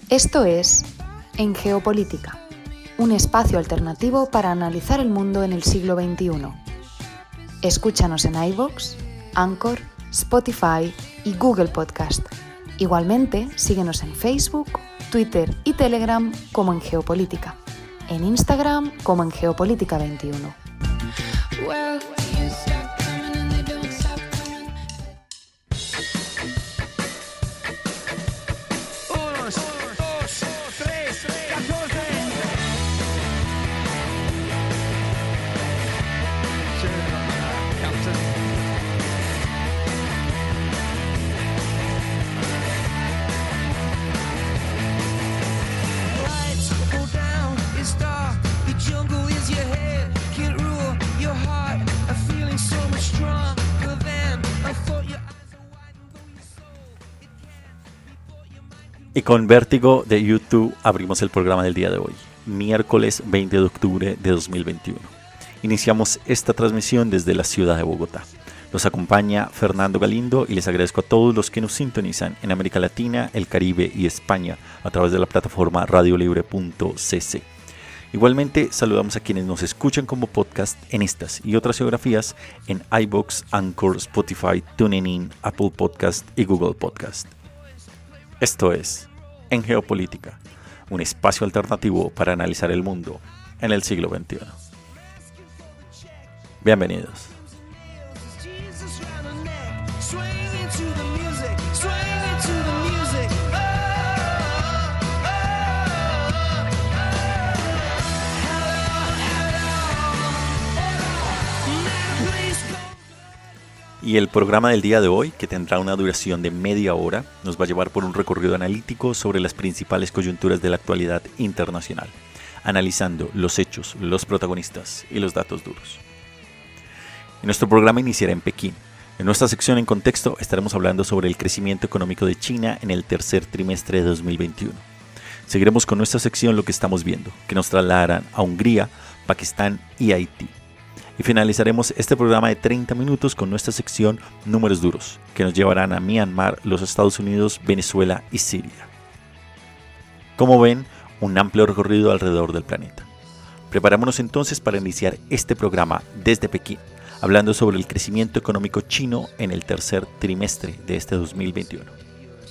Esto es En Geopolítica, un espacio alternativo para analizar el mundo en el siglo XXI. Escúchanos en iVoox, Anchor, Spotify y Google Podcast. Igualmente, síguenos en Facebook, Twitter y Telegram como En Geopolítica, en Instagram como En Geopolítica 21. Y con Vértigo de YouTube abrimos el programa del día de hoy, miércoles 20 de octubre de 2021. Iniciamos esta transmisión desde la ciudad de Bogotá. Los acompaña Fernando Galindo y les agradezco a todos los que nos sintonizan en América Latina, el Caribe y España a través de la plataforma radiolibre.cc. Igualmente saludamos a quienes nos escuchan como podcast en estas y otras geografías en iVoox, Anchor, Spotify, TuneIn, Apple Podcast y Google Podcast. Esto es En Geopolítica, un espacio alternativo para analizar el mundo en el siglo XXI. Bienvenidos. Y el programa del día de hoy, que tendrá una duración de media hora, nos va a llevar por un recorrido analítico sobre las principales coyunturas de la actualidad internacional, analizando los hechos, los protagonistas y los datos duros. Y nuestro programa iniciará en Pekín. En nuestra sección En Contexto estaremos hablando sobre el crecimiento económico de China en el tercer trimestre de 2021. Seguiremos con nuestra sección Lo que estamos viendo, que nos trasladarán a Hungría, Pakistán y Haití. Y finalizaremos este programa de 30 minutos con nuestra sección Números Duros, que nos llevarán a Myanmar, los Estados Unidos, Venezuela y Siria. Como ven, un amplio recorrido alrededor del planeta. Preparémonos entonces para iniciar este programa desde Pekín, hablando sobre el crecimiento económico chino en el tercer trimestre de este 2021.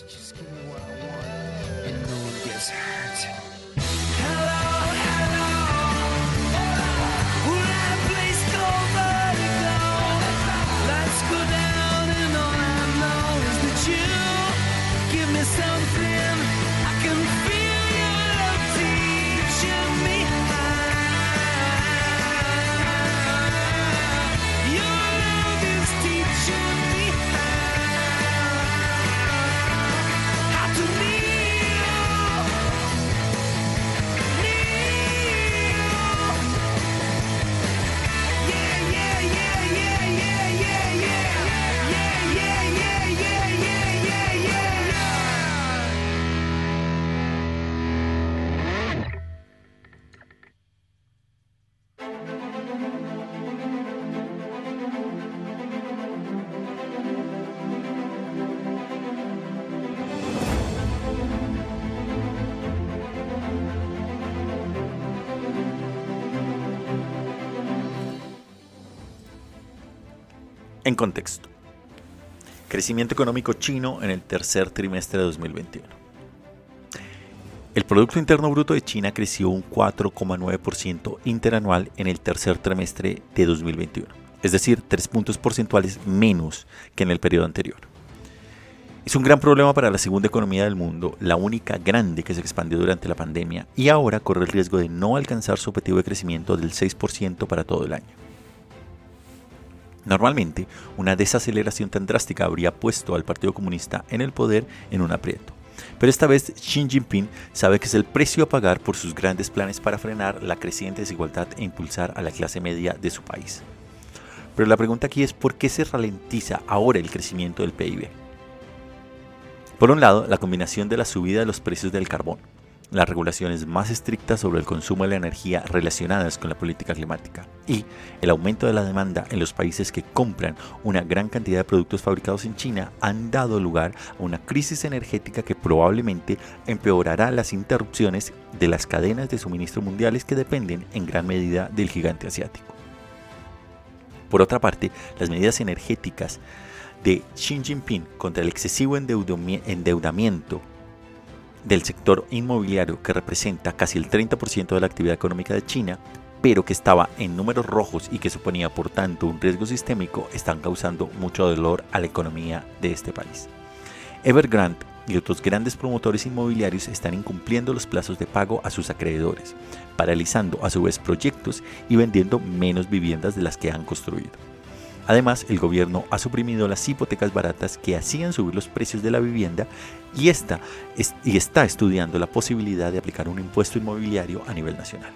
En contexto. Crecimiento económico chino en el tercer trimestre de 2021. El Producto Interno Bruto de China creció un 4,9% interanual en el tercer trimestre de 2021, es decir, 3 puntos porcentuales menos que en el periodo anterior. Es un gran problema para la segunda economía del mundo, la única grande que se expandió durante la pandemia y ahora corre el riesgo de no alcanzar su objetivo de crecimiento del 6% para todo el año. Normalmente, una desaceleración tan drástica habría puesto al Partido Comunista en el poder en un aprieto. Pero esta vez Xi Jinping sabe que es el precio a pagar por sus grandes planes para frenar la creciente desigualdad e impulsar a la clase media de su país. Pero la pregunta aquí es ¿por qué se ralentiza ahora el crecimiento del PIB? Por un lado, la combinación de la subida de los precios del carbón, las regulaciones más estrictas sobre el consumo de la energía relacionadas con la política climática y el aumento de la demanda en los países que compran una gran cantidad de productos fabricados en China han dado lugar a una crisis energética que probablemente empeorará las interrupciones de las cadenas de suministro mundiales que dependen en gran medida del gigante asiático. Por otra parte, las medidas energéticas de Xi Jinping contra el excesivo endeudamiento del sector inmobiliario, que representa casi el 30% de la actividad económica de China, pero que estaba en números rojos y que suponía por tanto un riesgo sistémico, están causando mucho dolor a la economía de este país. Evergrande y otros grandes promotores inmobiliarios están incumpliendo los plazos de pago a sus acreedores, paralizando a su vez proyectos y vendiendo menos viviendas de las que han construido. Además, el gobierno ha suprimido las hipotecas baratas que hacían subir los precios de la vivienda y está estudiando la posibilidad de aplicar un impuesto inmobiliario a nivel nacional.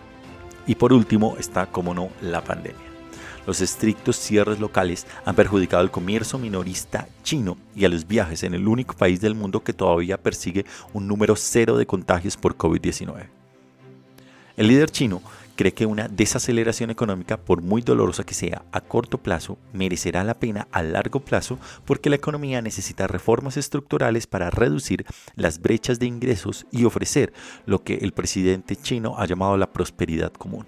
Y por último está, como no, la pandemia. Los estrictos cierres locales han perjudicado al comercio minorista chino y a los viajes en el único país del mundo que todavía persigue un número cero de contagios por COVID-19. El líder chino cree que una desaceleración económica, por muy dolorosa que sea a corto plazo, merecerá la pena a largo plazo porque la economía necesita reformas estructurales para reducir las brechas de ingresos y ofrecer lo que el presidente chino ha llamado la prosperidad común.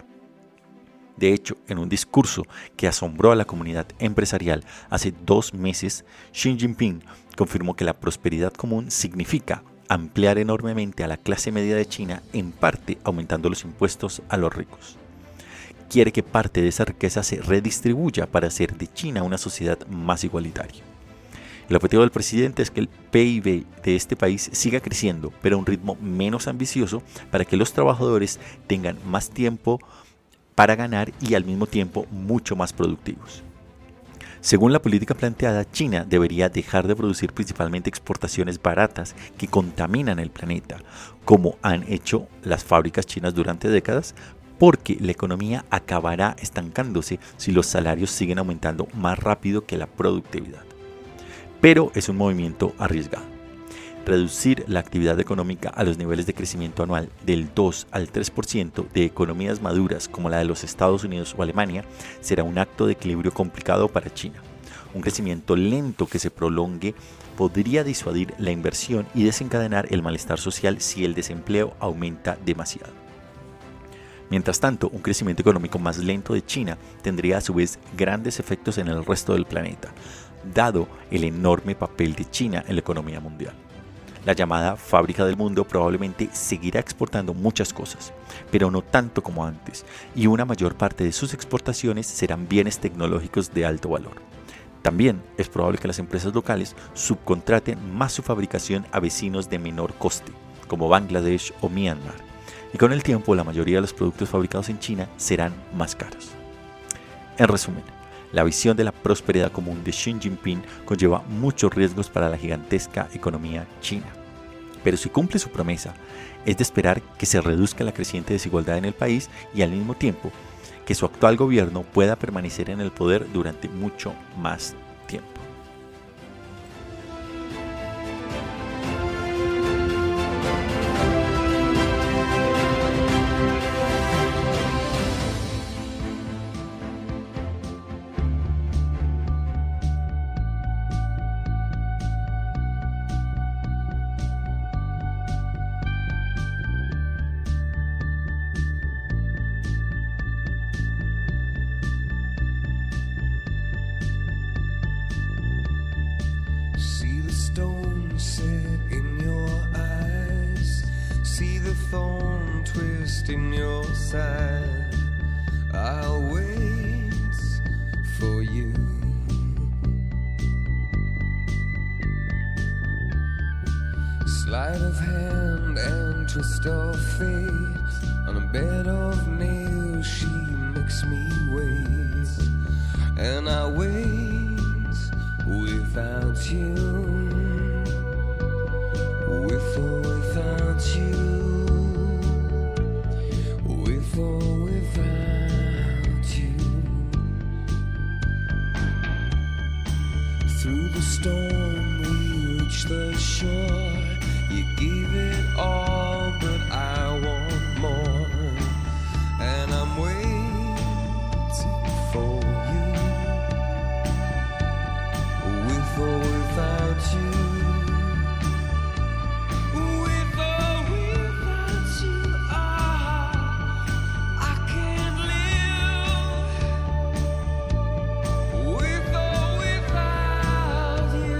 De hecho, en un discurso que asombró a la comunidad empresarial hace 2 meses, Xi Jinping confirmó que la prosperidad común significa ampliar enormemente a la clase media de China, en parte aumentando los impuestos a los ricos. Quiere que parte de esa riqueza se redistribuya para hacer de China una sociedad más igualitaria. El objetivo del presidente es que el PIB de este país siga creciendo, pero a un ritmo menos ambicioso para que los trabajadores tengan más tiempo para ganar y al mismo tiempo mucho más productivos. Según la política planteada, China debería dejar de producir principalmente exportaciones baratas que contaminan el planeta, como han hecho las fábricas chinas durante décadas, porque la economía acabará estancándose si los salarios siguen aumentando más rápido que la productividad. Pero es un movimiento arriesgado. Reducir la actividad económica a los niveles de crecimiento anual del 2 al 3% de economías maduras como la de los Estados Unidos o Alemania será un acto de equilibrio complicado para China. Un crecimiento lento que se prolongue podría disuadir la inversión y desencadenar el malestar social si el desempleo aumenta demasiado. Mientras tanto, un crecimiento económico más lento de China tendría a su vez grandes efectos en el resto del planeta, dado el enorme papel de China en la economía mundial. La llamada fábrica del mundo probablemente seguirá exportando muchas cosas, pero no tanto como antes, y una mayor parte de sus exportaciones serán bienes tecnológicos de alto valor. También es probable que las empresas locales subcontraten más su fabricación a vecinos de menor coste, como Bangladesh o Myanmar, y con el tiempo la mayoría de los productos fabricados en China serán más caros. En resumen, la visión de la prosperidad común de Xi Jinping conlleva muchos riesgos para la gigantesca economía china. Pero si cumple su promesa, es de esperar que se reduzca la creciente desigualdad en el país y al mismo tiempo que su actual gobierno pueda permanecer en el poder durante mucho más tiempo. Stone set in your eyes, see the thorn twist in your side. I'll wait for you. Sleight of hand and twist of fate, on a bed of nails she makes me wait, and I wait without you. With or without you, with or without you. Through the storm we reach the shore. You gave it all, but I want more, and I'm waiting for you, with or without you. With or without you, I can't live. With or without you.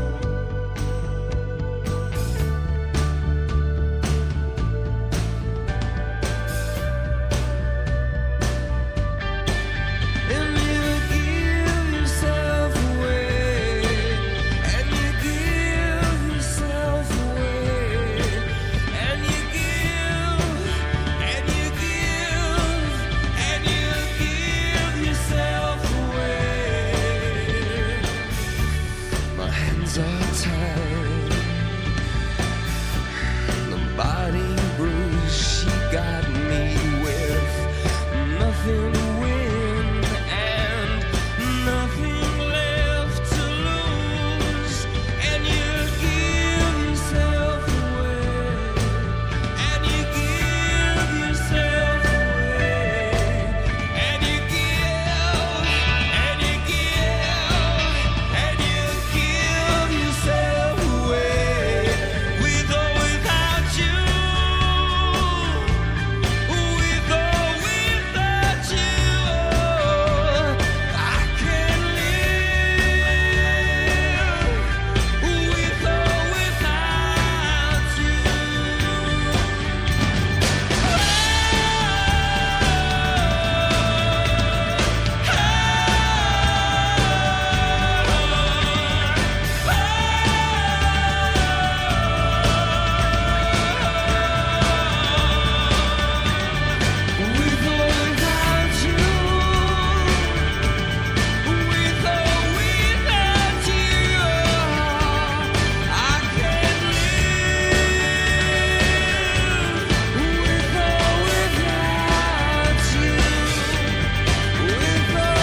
And you give yourself away, and you give yourself away, and you give, and you give, and you give yourself away. My hands are tied, the body bruise she got me with nothing to win and nothing left to lose. And you give yourself away, and you give yourself away, and you give, and you give, and you give yourself away, with or without you. With or without you, I can't live. With or without you. With or without you, with or without you, I can't live. With or without you, with or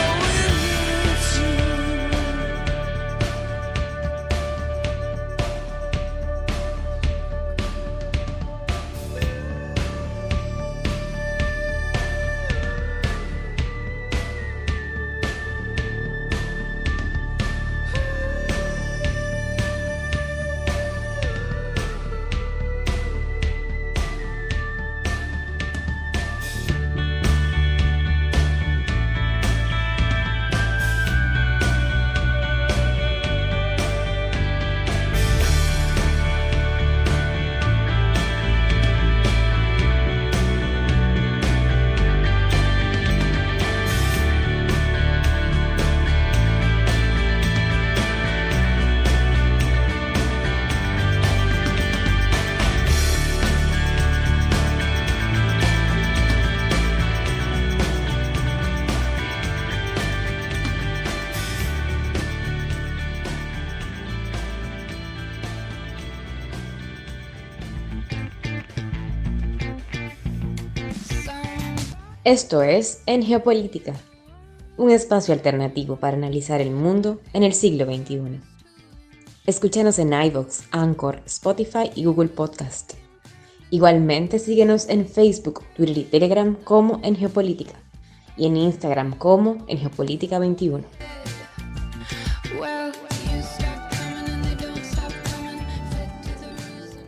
Esto es En Geopolítica, un espacio alternativo para analizar el mundo en el siglo XXI. Escúchanos en iVoox, Anchor, Spotify y Google Podcast. Igualmente síguenos en Facebook, Twitter y Telegram como En Geopolítica y en Instagram como En Geopolítica 21. Well, you stop coming and they don't stop coming. Fed to the reason.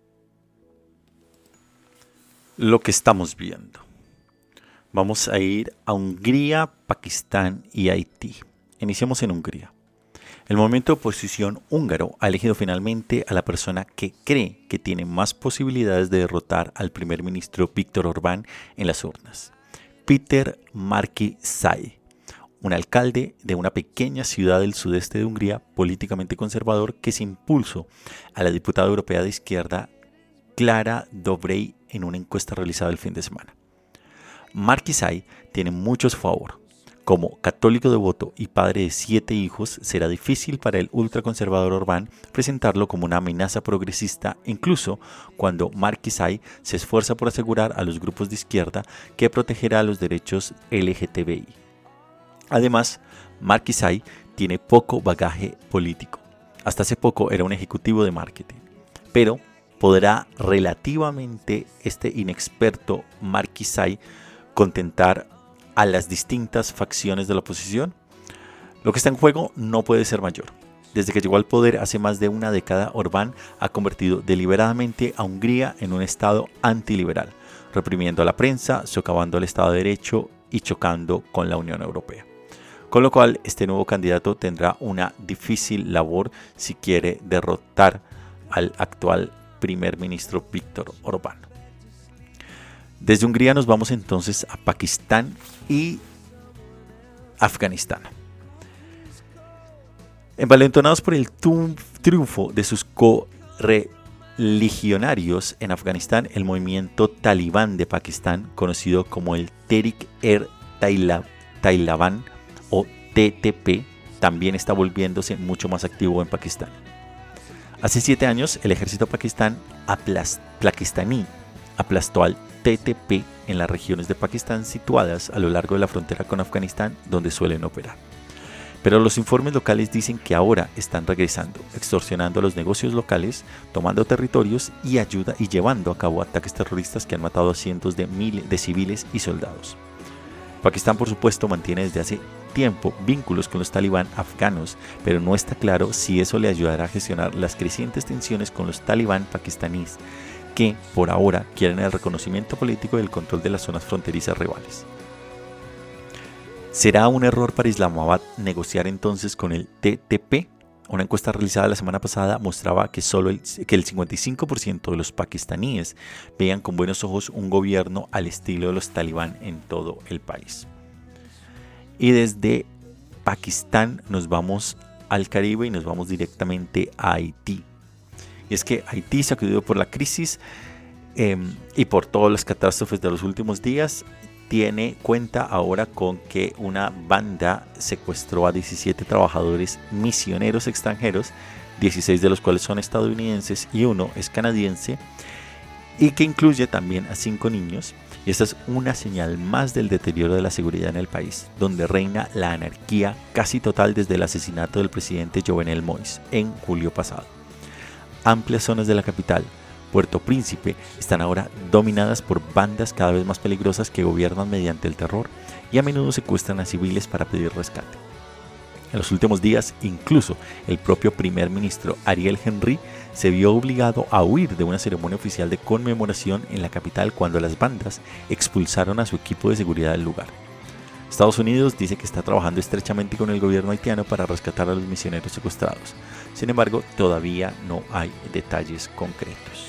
Lo que estamos viendo. Vamos a ir a Hungría, Pakistán y Haití. Iniciamos en Hungría. El movimiento de oposición húngaro ha elegido finalmente a la persona que cree que tiene más posibilidades de derrotar al primer ministro Viktor Orbán en las urnas. Péter Márki-Zay, un alcalde de una pequeña ciudad del sudeste de Hungría, políticamente conservador, que se impulsó a la diputada europea de izquierda Klára Dobrey en una encuesta realizada el fin de semana. Márki-Zay tiene mucho a su favor. Como católico devoto y padre de 7 hijos, será difícil para el ultraconservador Orbán presentarlo como una amenaza progresista, incluso cuando Márki-Zay se esfuerza por asegurar a los grupos de izquierda que protegerá los derechos LGTBI. Además, Márki-Zay tiene poco bagaje político. Hasta hace poco era un ejecutivo de marketing, pero ¿Podrá relativamente este inexperto Marquisay contentar a las distintas facciones de la oposición? Lo que está en juego no puede ser mayor. Desde que llegó al poder hace más de una década, Orbán ha convertido deliberadamente a Hungría en un estado antiliberal, reprimiendo a la prensa, socavando al Estado de Derecho y chocando con la Unión Europea. Con lo cual, este nuevo candidato tendrá una difícil labor si quiere derrotar al actual primer ministro Víktor Orbán. Desde Hungría nos vamos entonces a Pakistán y Afganistán. Envalentonados por el triunfo de sus correligionarios en Afganistán, el movimiento talibán de Pakistán, conocido como el Tehrik-e-Taliban o TTP, también está volviéndose mucho más activo en Pakistán. Hace 7 años, el ejército pakistaní aplastó al TTP en las regiones de Pakistán situadas a lo largo de la frontera con Afganistán, donde suelen operar. Pero los informes locales dicen que ahora están regresando, extorsionando a los negocios locales, tomando territorios y llevando a cabo ataques terroristas que han matado a cientos de miles de civiles y soldados. Pakistán, por supuesto, mantiene desde hace tiempo vínculos con los talibán afganos, pero no está claro si eso le ayudará a gestionar las crecientes tensiones con los talibán pakistaníes, que por ahora quieren el reconocimiento político y el control de las zonas fronterizas rivales. ¿Será un error para Islamabad negociar entonces con el TTP? Una encuesta realizada la semana pasada mostraba que el 55% de los pakistaníes veían con buenos ojos un gobierno al estilo de los talibán en todo el país. Y desde Pakistán nos vamos al Caribe y nos vamos directamente a Haití. Y es que Haití, sacudido por la crisis y por todas las catástrofes de los últimos días, tiene cuenta ahora con que una banda secuestró a 17 trabajadores misioneros extranjeros, 16 de los cuales son estadounidenses y uno es canadiense, y que incluye también a 5 niños. Y esta es una señal más del deterioro de la seguridad en el país, donde reina la anarquía casi total desde el asesinato del presidente Jovenel Moïse en julio pasado. Amplias zonas de la capital, Puerto Príncipe, están ahora dominadas por bandas cada vez más peligrosas que gobiernan mediante el terror y a menudo secuestran a civiles para pedir rescate. En los últimos días, incluso el propio primer ministro Ariel Henry se vio obligado a huir de una ceremonia oficial de conmemoración en la capital cuando las bandas expulsaron a su equipo de seguridad del lugar. Estados Unidos dice que está trabajando estrechamente con el gobierno haitiano para rescatar a los misioneros secuestrados. Sin embargo, todavía no hay detalles concretos.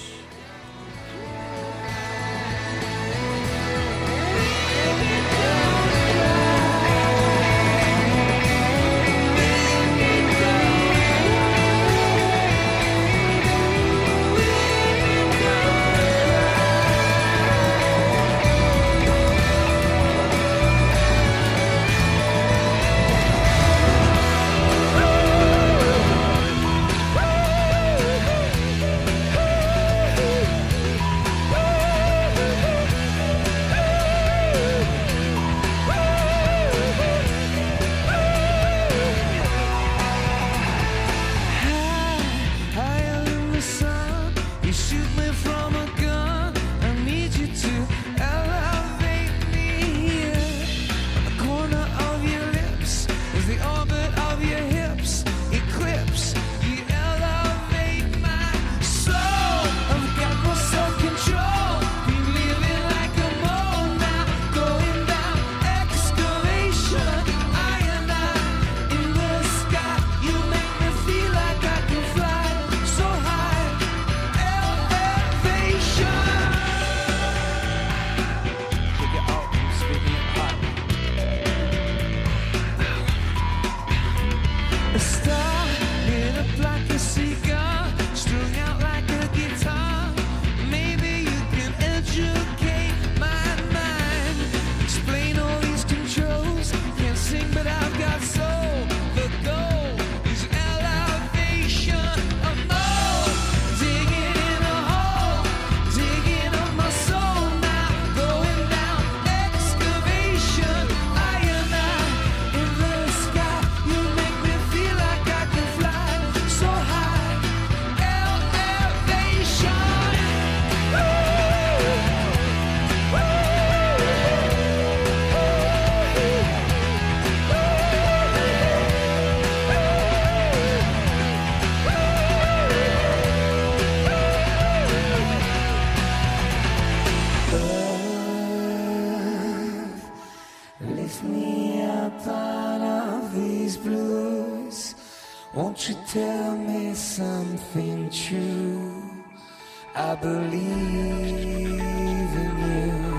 Like Won't you tell me something true? I believe in you.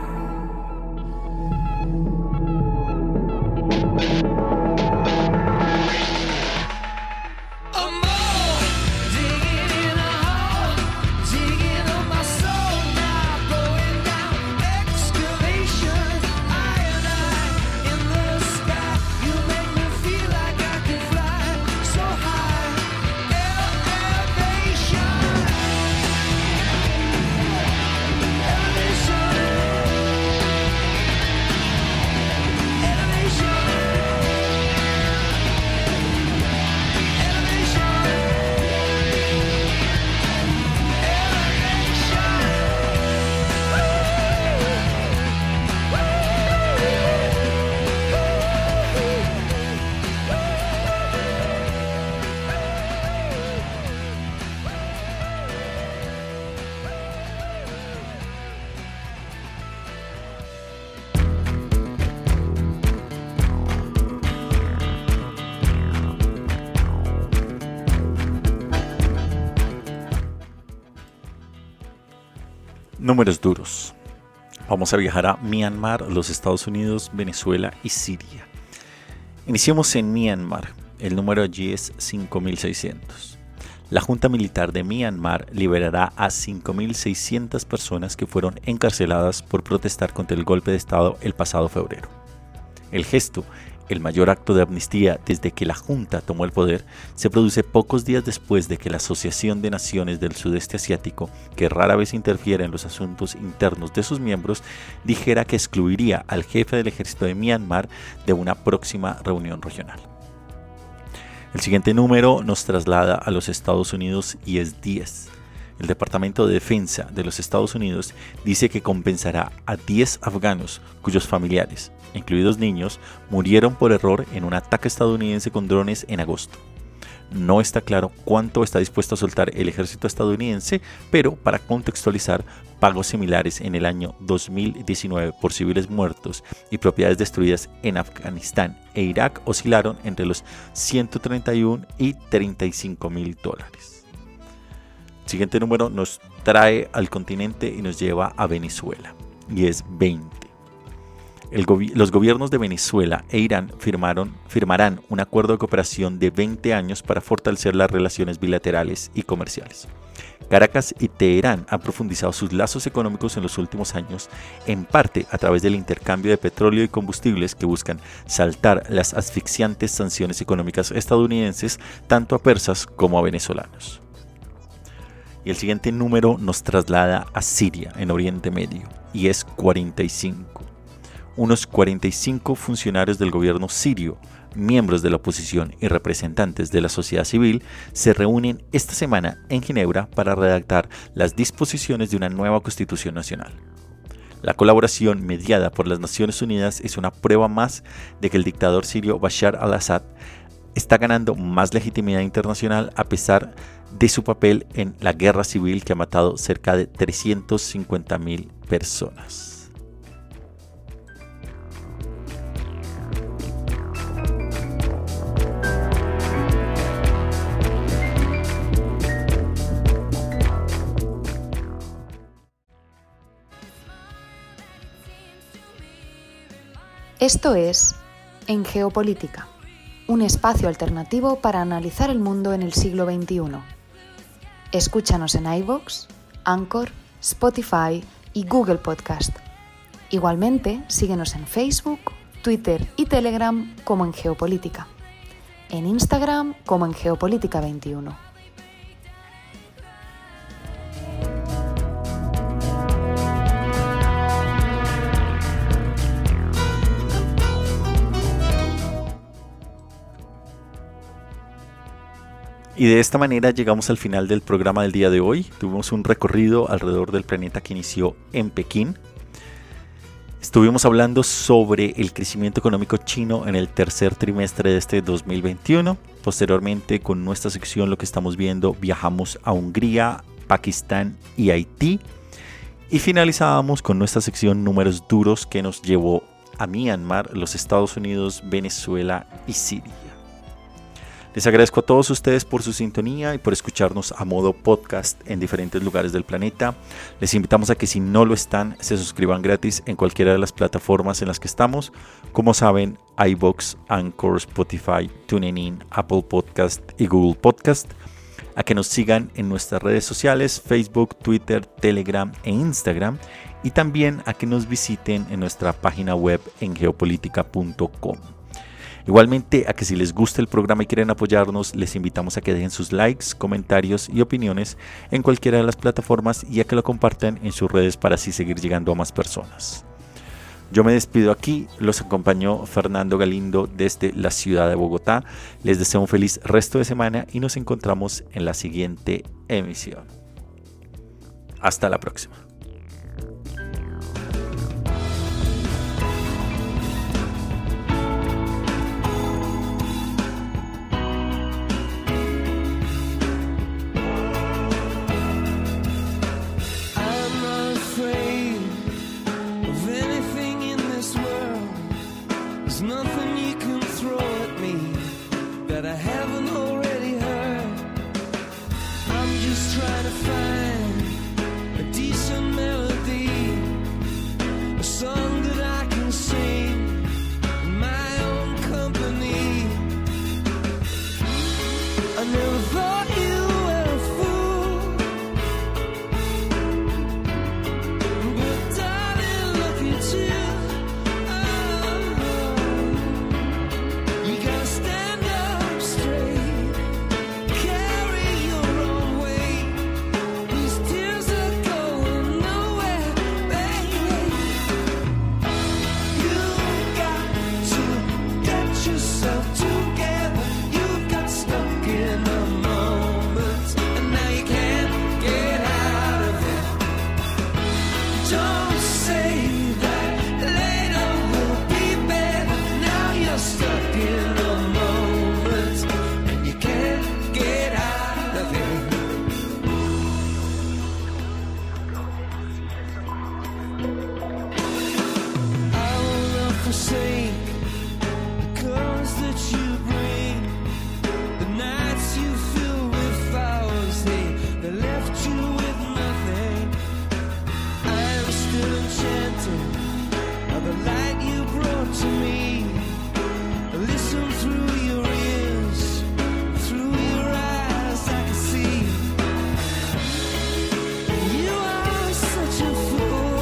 Números duros. Vamos a viajar a Myanmar, los Estados Unidos, Venezuela y Siria. Iniciemos en Myanmar. El número allí es 5.600. La Junta Militar de Myanmar liberará a 5.600 personas que fueron encarceladas por protestar contra el golpe de Estado el pasado febrero. El gesto, el mayor acto de amnistía desde que la Junta tomó el poder, se produce pocos días después de que la Asociación de Naciones del Sudeste Asiático, que rara vez interfiere en los asuntos internos de sus miembros, dijera que excluiría al jefe del ejército de Myanmar de una próxima reunión regional. El siguiente número nos traslada a los Estados Unidos y es 10. El Departamento de Defensa de los Estados Unidos dice que compensará a 10 afganos cuyos familiares, incluidos niños, murieron por error en un ataque estadounidense con drones en agosto. No está claro cuánto está dispuesto a soltar el ejército estadounidense, pero para contextualizar, pagos similares en el año 2019 por civiles muertos y propiedades destruidas en Afganistán e Irak oscilaron entre los 131 y 35 mil dólares. El siguiente número nos trae al continente y nos lleva a Venezuela, y es 20. Los gobiernos de Venezuela e Irán firmarán un acuerdo de cooperación de 20 años para fortalecer las relaciones bilaterales y comerciales. Caracas y Teherán han profundizado sus lazos económicos en los últimos años, en parte a través del intercambio de petróleo y combustibles que buscan saltar las asfixiantes sanciones económicas estadounidenses tanto a persas como a venezolanos. Y el siguiente número nos traslada a Siria, en Oriente Medio, y es 45. Unos 45 funcionarios del gobierno sirio, miembros de la oposición y representantes de la sociedad civil se reúnen esta semana en Ginebra para redactar las disposiciones de una nueva constitución nacional. La colaboración mediada por las Naciones Unidas es una prueba más de que el dictador sirio Bashar al-Assad está ganando más legitimidad internacional a pesar de su papel en la guerra civil que ha matado cerca de 350.000 personas. Esto es En Geopolítica, un espacio alternativo para analizar el mundo en el siglo XXI. Escúchanos en iVoox, Anchor, Spotify y Google Podcast. Igualmente, síguenos en Facebook, Twitter y Telegram como En Geopolítica. En Instagram como En Geopolítica 21. Y de esta manera llegamos al final del programa del día de hoy. Tuvimos un recorrido alrededor del planeta que inició en Pekín. Estuvimos hablando sobre el crecimiento económico chino en el tercer trimestre de este 2021. Posteriormente, con nuestra sección Lo que estamos viendo, viajamos a Hungría, Pakistán y Haití. Y finalizábamos con nuestra sección Números duros que nos llevó a Myanmar, los Estados Unidos, Venezuela y Siria. Les agradezco a todos ustedes por su sintonía y por escucharnos a modo podcast en diferentes lugares del planeta. Les invitamos a que si no lo están, se suscriban gratis en cualquiera de las plataformas en las que estamos. Como saben, iVoox, Anchor, Spotify, TuneIn, Apple Podcast y Google Podcast. A que nos sigan en nuestras redes sociales, Facebook, Twitter, Telegram e Instagram. Y también a que nos visiten en nuestra página web en geopolitica.com. Igualmente, a que si les gusta el programa y quieren apoyarnos, les invitamos a que dejen sus likes, comentarios y opiniones en cualquiera de las plataformas y a que lo compartan en sus redes para así seguir llegando a más personas. Yo me despido aquí, los acompañó Fernando Galindo desde la ciudad de Bogotá. Les deseo un feliz resto de semana y nos encontramos en la siguiente emisión. Hasta la próxima. There's nothing you can throw at me that I haven't already heard. I'm just trying to find a decent melody, a song that I can sing in my own company. I never thought you were a fool, but darling, look at you. Forsake the colors that you bring, the nights you fill with flowers, they left you with nothing. I am still enchanted by the light you brought to me. Listen through your ears, through your eyes I can see. You are such a fool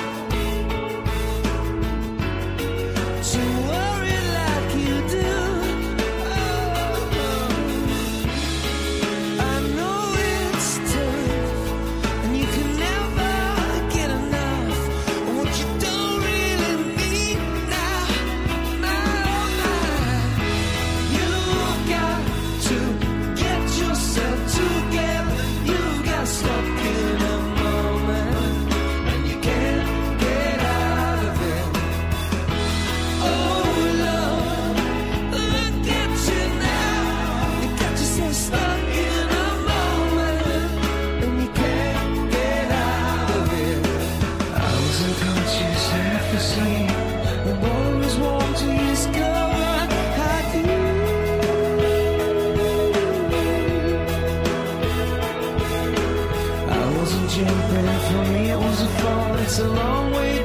to worry like you do. I know it's tough, and you can never get enough of what you don't really need now. You've got to get yourself together. You've got stuck in a moment, and you can't get out of it. Jumping for me, it was a fall. It's a long way